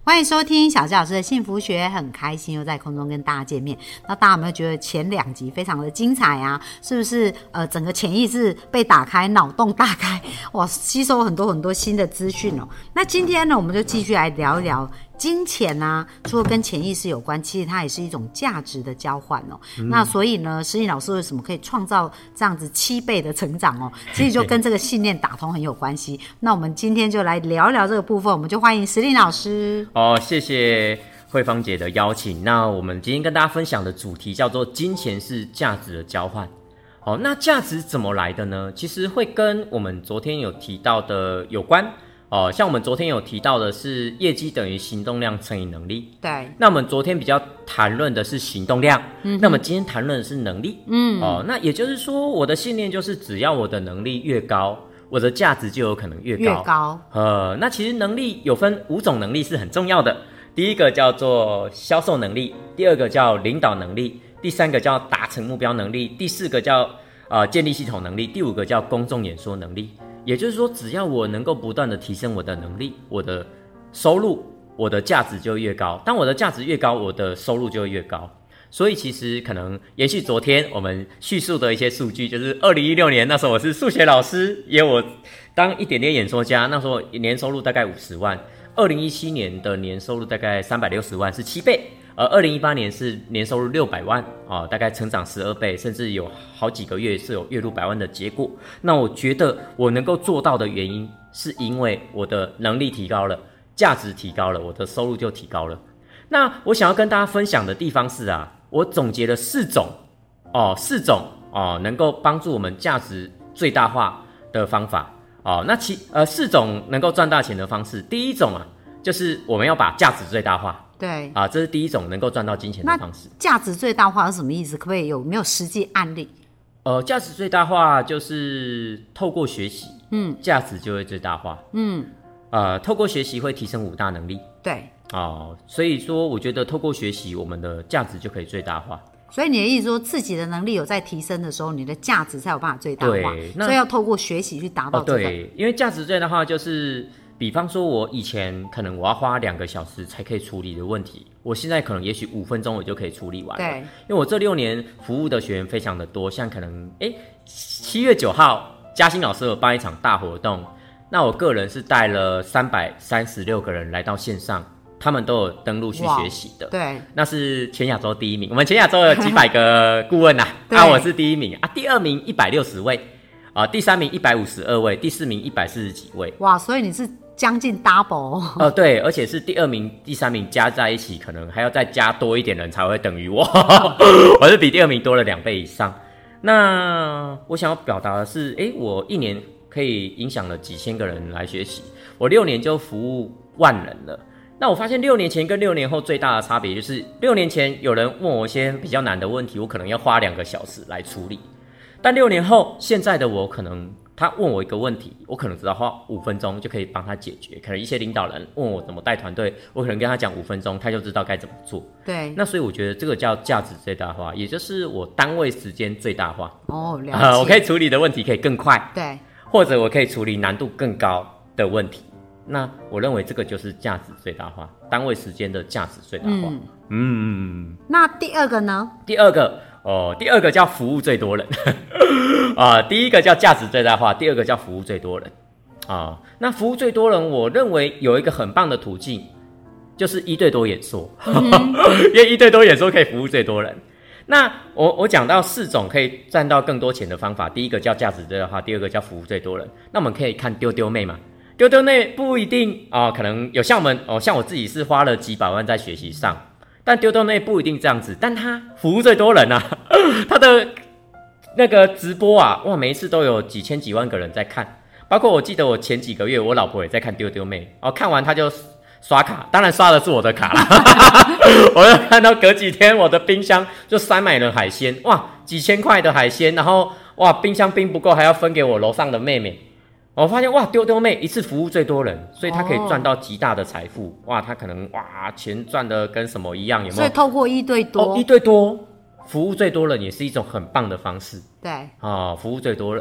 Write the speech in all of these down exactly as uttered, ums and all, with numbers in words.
欢迎收听小纪老师的幸福学，很开心又在空中跟大家见面。那大家有没有觉得前两集非常的精彩啊？是不是呃整个潜意识被打开，脑洞大开，哇，吸收很多很多新的资讯哦。那今天呢，我们就继续来聊一聊金钱啊，除了跟潜意识有关，其实它也是一种价值的交换哦。嗯、那所以呢，石英老师为什么可以创造这样子七倍的成长哦？其实就跟这个信念打通很有关系。那我们今天就来聊一聊这个部分，我们就欢迎石英老师。 哦，谢谢慧芳姐的邀请。那我们今天跟大家分享的主题叫做金钱是价值的交换。好，那价值怎么来的呢？其实会跟我们昨天有提到的有关。哦，像我们昨天有提到的是业绩等于行动量乘以能力。 对。 那我们昨天比较谈论的是行动量，嗯，那么今天谈论的是能力。嗯。哦，那也就是说，我的信念就是只要我的能力越高，我的价值就有可能越高。 越高。 呃，那其实能力有分五种能力是很重要的。第一个叫做销售能力，第二个叫领导能力，第三个叫达成目标能力，第四个叫呃建立系统能力，第五个叫公众演说能力。也就是说，只要我能够不断的提升我的能力，我的收入，我的价值就越高。当我的价值越高，我的收入就会越高。所以其实可能延续昨天我们叙述的一些数据，就是二零一六年那时候我是数学老师，也有我当一点点演说家，那时候年收入大概五十万。二零一七年的年收入大概三百六十万，是七倍。而二零一八年是年收入六百万、哦、大概成长十二倍，甚至有好几个月是有月入百万的结果。那我觉得我能够做到的原因，是因为我的能力提高了，价值提高了，我的收入就提高了。那我想要跟大家分享的地方是啊，我总结了四种哦，四种哦，能够帮助我们价值最大化的方法哦。那其呃四种能够赚大钱的方式，第一种啊，就是我们要把价值最大化。 对啊，这是第一种能够赚到金钱的方式。 价值最大化是什么意思？可不可以有没有实际案例？ 呃，价值最大化就是透过学习，嗯，价值就会最大化，嗯，呃，透过学习会提升五大能力， 对， 哦、呃，所以说我觉得透过学习，我们的价值就可以最大化。 所以你的意思说，自己的能力有在提升的时候，你的价值才有办法最大化。 对， 所以要透过学习去达到这个。 哦、对，因为价值最大化就是。比方说，我以前可能我要花两个小时才可以处理的问题，我现在可能也许五分钟我就可以处理完了。对，因为我这六年服务的学员非常的多，像可能哎七月九号嘉欣老师有办一场大活动，那我个人是带了三百三十六个人来到线上，他们都有登录去学习的。 对， 那是全亚洲第一名，我们全亚洲有几百个顾问啊，啊我是第一名啊，第二名一百六十位啊，第三名一百五十二位，第四名一百四十几位。 哇，所以你是。将近 double 哦、呃，对，而且是第二名、第三名加在一起，可能还要再加多一点人才会等于我，我是比第二名多了两倍以上。那我想要表达的是，哎，我一年可以影响了几千个人来学习，我六年就服务万人了。那我发现六年前跟六年后最大的差别就是，六年前有人问我一些比较难的问题，我可能要花两个小时来处理，但六年后现在的我可能。他问我一个问题，我可能只要花五分钟就可以帮他解决。可能一些领导人问我怎么带团队，我可能跟他讲五分钟，他就知道该怎么做。对，那所以我觉得这个叫价值最大化，也就是我单位时间最大化。哦，了解。呃、我可以处理的问题可以更快。对，或者我可以处理难度更高的问题。那我认为这个就是价值最大化，单位时间的价值最大化。嗯。嗯那第二个呢？ 第二个。哦，第二个叫服务最多人啊，第一个叫价值最大化，第二个叫服务最多人啊。那服务最多人，我认为有一个很棒的途径，就是一对多演说，嗯、因为一对多演说可以服务最多人。那我我讲到四种可以赚到更多钱的方法，第一个叫价值最大化，第二个叫服务最多人。那我们可以看丢丢妹嘛，丢丢妹不一定啊，可能有像我们哦，像我自己是花了几百万在学习上。但丢丢妹不一定这样子，但他服务最多人啊，他的那个直播啊，哇，每一次都有几千几万个人在看，包括我记得我前几个月，我老婆也在看丢丢妹，哦，看完他就刷卡，当然刷的是我的卡啦，我就看到隔几天我的冰箱就塞满了海鲜，哇，几千块的海鲜，然后哇，冰箱冰不够还要分给我楼上的妹妹。我发现哇，丢丢妹一次服务最多人，所以她可以赚到极大的财富。哦、哇，她可能哇钱赚的跟什么一样，有没有？ 所以透过一对多， 哦、一对多服务最多人也是一种很棒的方式。 对啊、哦，服务最多人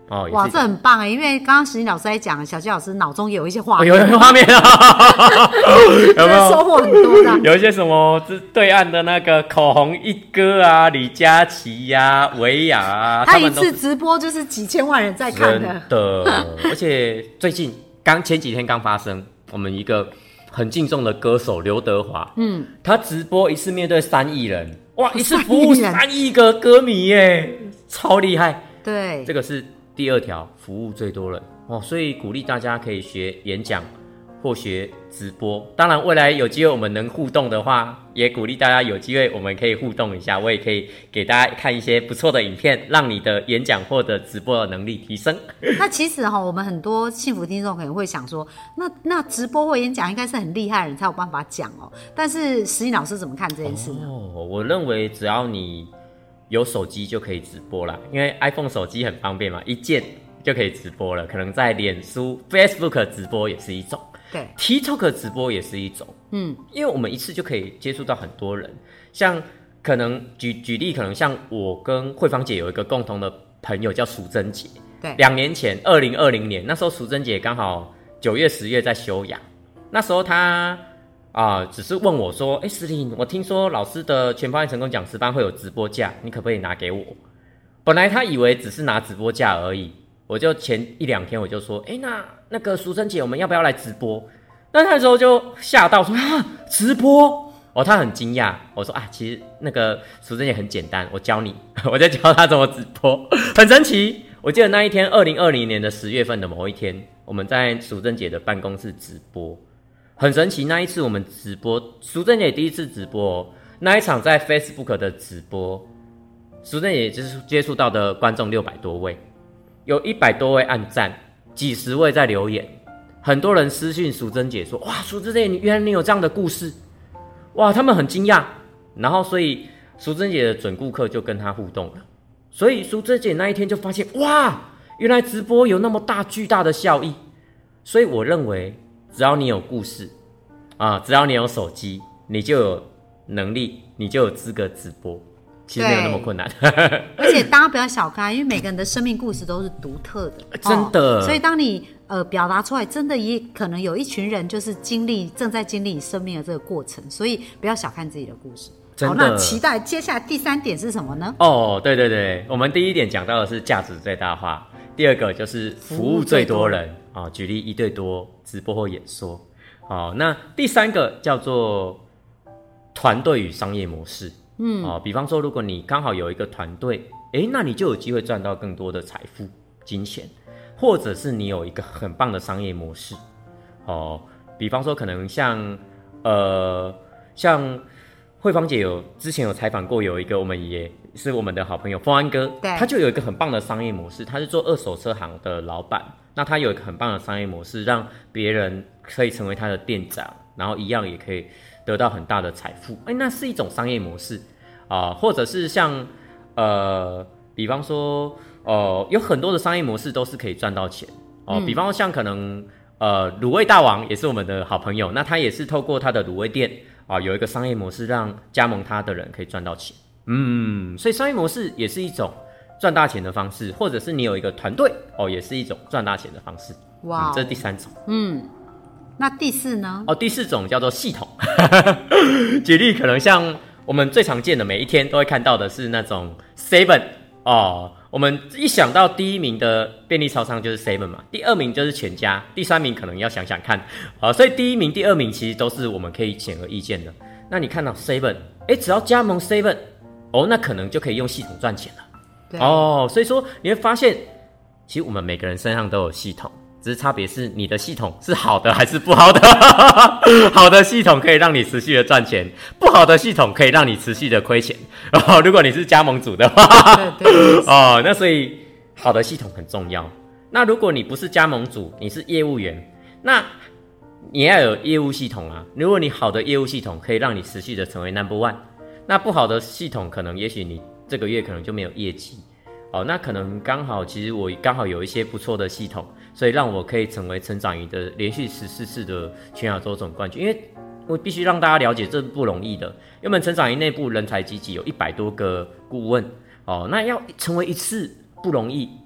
哦， 哇，这很棒哎！因为刚刚石英老师在讲，小纪老师脑中也有一些画面， 哦、有有画面啊，有没有收获很多的？ 有一些什么对岸的那个口红一哥啊，李佳琦呀、维亚啊， 他一次直播就是几千万人在看的， 真的。而且最近刚前几天刚发生，我们一个很敬重的歌手刘德华，嗯，他直播一次面对三亿人，哇，一次服务三亿个歌迷耶，超厉害。 对， 这个是第二条，服务最多人哦，所以鼓励大家可以学演讲或学直播。当然，未来有机会我们能互动的话，也鼓励大家有机会我们可以互动一下。我也可以给大家看一些不错的影片，让你的演讲或者直播的能力提升。 那其实哈，我们很多幸福听众可能会想说，那那直播或演讲应该是很厉害的人才有办法讲哦。但是石英老师怎么看这件事呢？ 哦，我认为只要你有手机就可以直播啦，因为 iPhone 手机很方便嘛，一键就可以直播了。可能在脸书、Facebook 直播也是一种， 对 ，TikTok 直播也是一种。嗯，因为我们一次就可以接触到很多人。像可能举举例，可能像我跟慧芳姐有一个共同的朋友叫淑珍姐。 对， 两年前，二零二零年那时候，淑珍姐刚好九月、十月在休养，那时候她。啊、呃，只是问我说：“哎、欸，石林，我听说老师的全方位成功讲师班会有直播价，你可不可以拿给我？”本来他以为只是拿直播价而已，我就前一两天我就说：“哎、欸，那那个淑珍姐，我们要不要来直播？”那那时候就吓到说：“啊，直播！”哦，他很惊讶。我说：“啊，其实那个淑珍姐很简单，我教你，我就教他怎么直播，很神奇。”我记得那一天，二零二零年的十月份的某一天，我们在淑珍姐的办公室直播。很神奇，那一次我们直播，淑珍姐第一次直播、哦，那一场在 Facebook 的直播，淑珍姐就是接触到的观众六百多位，有一百多位按赞，几十位在留言，很多人私讯淑珍姐说：“哇，淑珍姐，原来你有这样的故事！”哇，他们很惊讶，然后所以淑珍姐的准顾客就跟她互动了，所以淑珍姐那一天就发现，哇，原来直播有那么大巨大的效益，所以我认为。只要你有故事啊，只要你有手机，你就有能力，你就有资格直播。其实没有那么困难。 而且大家不要小看，因为每个人的生命故事都是独特的， 真的。 哦、所以当你呃表达出来，真的也可能有一群人就是经历正在经历你生命的这个过程，所以不要小看自己的故事。好，那期待接下来第三点是什么呢？ 哦，对对对，我们第一点讲到的是价值最大化，第二个就是服务最多人啊、哦，举例一对多直播或演说。哦，那第三个叫做团队与商业模式。嗯，哦，比方说，如果你刚好有一个团队，哎，那你就有机会赚到更多的财富、金钱，或者是你有一个很棒的商业模式。哦，比方说，可能像呃，像慧芳姐有之前有采访过，有一个我们也是我们的好朋友丰安哥，他就有一个很棒的商业模式，他是做二手车行的老板，那他有一个很棒的商业模式，让别人可以成为他的店长，然后一样也可以得到很大的财富，哎，那是一种商业模式啊、呃，或者是像呃，比方说呃，有很多的商业模式都是可以赚到钱哦、呃嗯，比方说像可能呃，卤味大王也是我们的好朋友，那他也是透过他的卤味店啊、呃，有一个商业模式让加盟他的人可以赚到钱，嗯，所以商业模式也是一种赚大钱的方式，或者是你有一个团队哦，也是一种赚大钱的方式，哇、嗯，这是第三种， 嗯。那第四呢？ 哦，第四种叫做系统。举例，可能像我们最常见的，每一天都会看到的是那种 Seven 哦。我们一想到第一名的便利超商就是 Seven 嘛，第二名就是全家，第三名可能要想想看啊、哦。所以第一名、第二名其实都是我们可以显而易见的。那你看到 Seven， 哎，只要加盟 Seven， 哦，那可能就可以用系统赚钱了。对哦，所以说你会发现，其实我们每个人身上都有系统。只是差别是你的系统是好的还是不好的。好的系统可以让你持续的赚钱，不好的系统可以让你持续的亏钱。哦，如果你是加盟主的话，对对哦，那所以好的系统很重要。那如果你不是加盟主，你是业务员，那你也要有业务系统啊。如果你好的业务系统可以让你持续的成为 number one， 那不好的系统可能也许你这个月可能就没有业绩。哦，那可能刚好，其实我刚好有一些不错的系统，所以让我可以成为成长营的连续十四次的全亚洲总冠军。因为我必须让大家了解，这是不容易的。因为我们成长营内部人才济济有一百多个顾问，哦，那要成为一次不容易，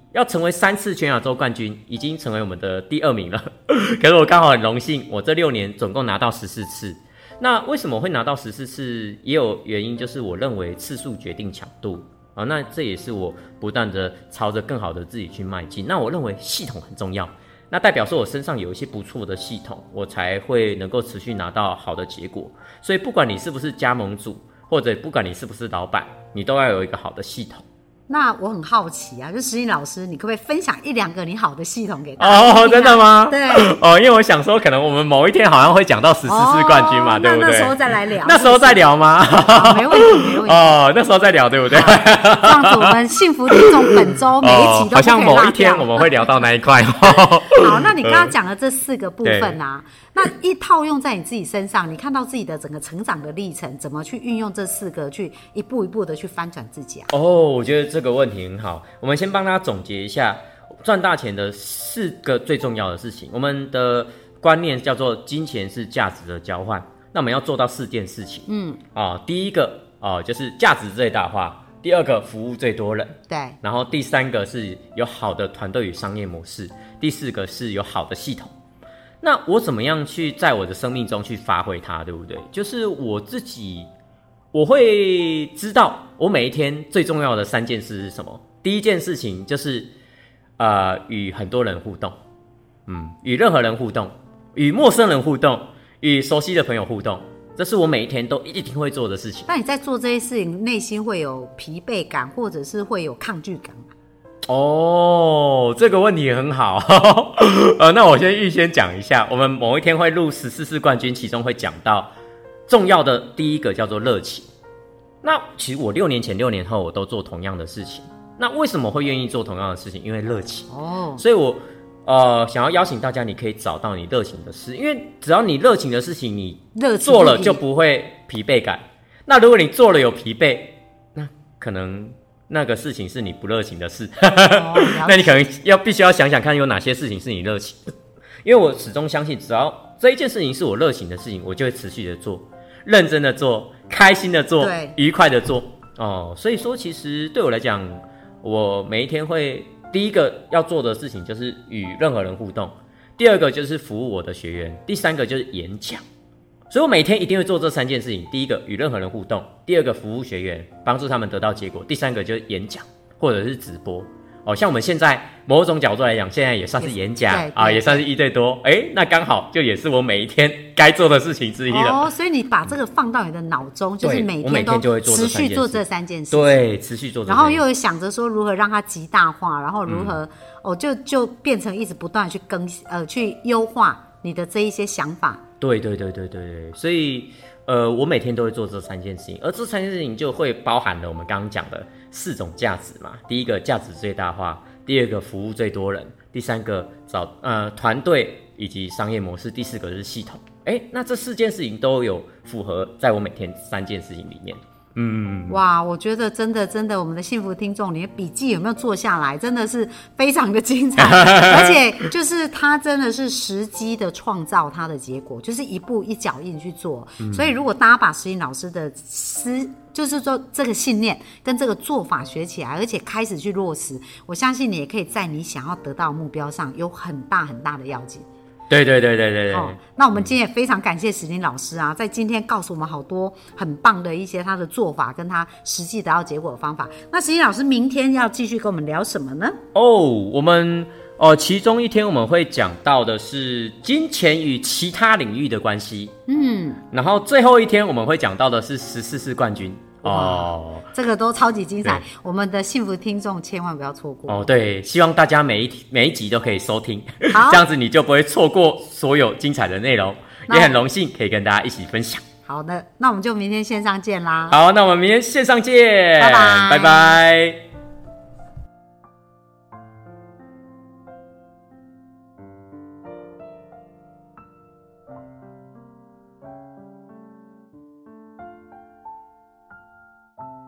要成为三次全亚洲冠军，已经成为我们的第二名了。可是我刚好很荣幸，我这六年总共拿到十四次。那为什么会拿到十四次？也有原因，就是我认为次数决定强度啊。那这也是我不断的朝着更好的自己去迈进。那我认为系统很重要，那代表说我身上有一些不错的系统，我才会能够持续拿到好的结果。所以不管你是不是加盟主，或者不管你是不是老板，你都要有一个好的系统。 那我很好奇啊，就石英老师，你可不可以分享一两个你好的系统给大家？ 哦，真的吗？ 对， 哦，因为我想说，可能我们某一天好像会讲到十四次冠军嘛， 哦、 对不对？ 那那时候再来聊， 那时候再聊吗？ 好，没问题，没问题。 哦，那时候再聊，对不对？ 这样子，我们幸福听众本周每一集都不可以落掉、哦、 好像某一天我们会聊到那一块。 好，那你刚刚讲的这四个部分啊，那一套用在你自己身上，你看到自己的整个成长的历程，怎么去运用这四个，去一步一步的去翻转自己啊？ 哦，我觉得这个问题很好。我们先帮大家总结一下赚大钱的四个最重要的事情。我们的观念叫做金钱是价值的交换，那我们要做到四件事情。嗯，啊，第一个啊就是价值最大化，第二个服务最多人， 对， 然后第三个是有好的团队与商业模式，第四个是有好的系统。那我怎么样去在我的生命中去发挥它，对不对？就是我自己，我会知道我每一天最重要的三件事是什么。第一件事情就是，呃，与很多人互动，嗯，与任何人互动，与陌生人互动，与熟悉的朋友互动，这是我每一天都一定会做的事情。 那你在做这些事情，内心会有疲惫感，或者是会有抗拒感吗？ 哦，这个问题很好。呃，那我先预先讲一下，我们某一天会录十四次冠军，其中会讲到重要的第一个叫做热情。那其实我六年前、六年后我都做同样的事情。那为什么会愿意做同样的事情？因为热情哦，所以我呃想要邀请大家，你可以找到你热情的事，因为只要你热情的事情，你做了就不会疲惫感。那如果你做了有疲惫，那可能那个事情是你不热情的事。哦、那你可能要必须要想想看，有哪些事情是你热情的。因为我始终相信，只要这一件事情是我热情的事情，我就会持续的做，认真的做，开心的做，愉快的做。哦，所以说其实对我来讲，我每一天会第一个要做的事情就是与任何人互动，第二个就是服务我的学员，第三个就是演讲。所以我每天一定会做这三件事情：第一个与任何人互动，第二个服务学员，帮助他们得到结果，第三个就是演讲或者是直播。哦，像我们现在某种角度来讲，现在也算是演讲啊，也算是一对多。哎，那刚好就也是我每一天该做的事情之一了。 哦，所以你把这个放到你的脑中，就是每天都持续做这三件事。 对，持续做这三件事。 然后又有想着说如何让它极大化，然后如何、嗯、哦，就就变成一直不断的去更呃去优化你的这一些想法。 对对对对对对，所以呃，我每天都会做这三件事情，而这三件事情就会包含了我们刚刚讲的四种价值嘛。第一个价值最大化，第二个服务最多人，第三个找呃团队以及商业模式，第四个是系统。哎，那这四件事情都有符合在我每天三件事情里面。 嗯，哇，我觉得真的真的，我们的幸福听众，你的笔记有没有做下来？真的是非常的精彩，而且就是他真的是实际的创造他的结果，就是一步一脚印去做。嗯、所以如果大家把石英老师的思，就是说这个信念跟这个做法学起来，而且开始去落实，我相信你也可以在你想要得到的目标上有很大很大的要紧。 对对对对对对、 哦。那我们今天也非常感谢石英老师啊，在今天告诉我们好多很棒的一些他的做法，跟他实际得到结果的方法。那石英老师明天要继续跟我们聊什么呢？ 哦，我们呃其中一天我们会讲到的是金钱与其他领域的关系，嗯，然后最后一天我们会讲到的是十四次冠军。哦， 这个都超级精彩，我们的幸福听众千万不要错过哦。 对，希望大家每一每一集都可以收听，这样子你就不会错过所有精彩的内容。也很荣幸可以跟大家一起分享。 好的，那我们就明天线上见啦。 好，那我们明天线上见，拜拜，拜拜。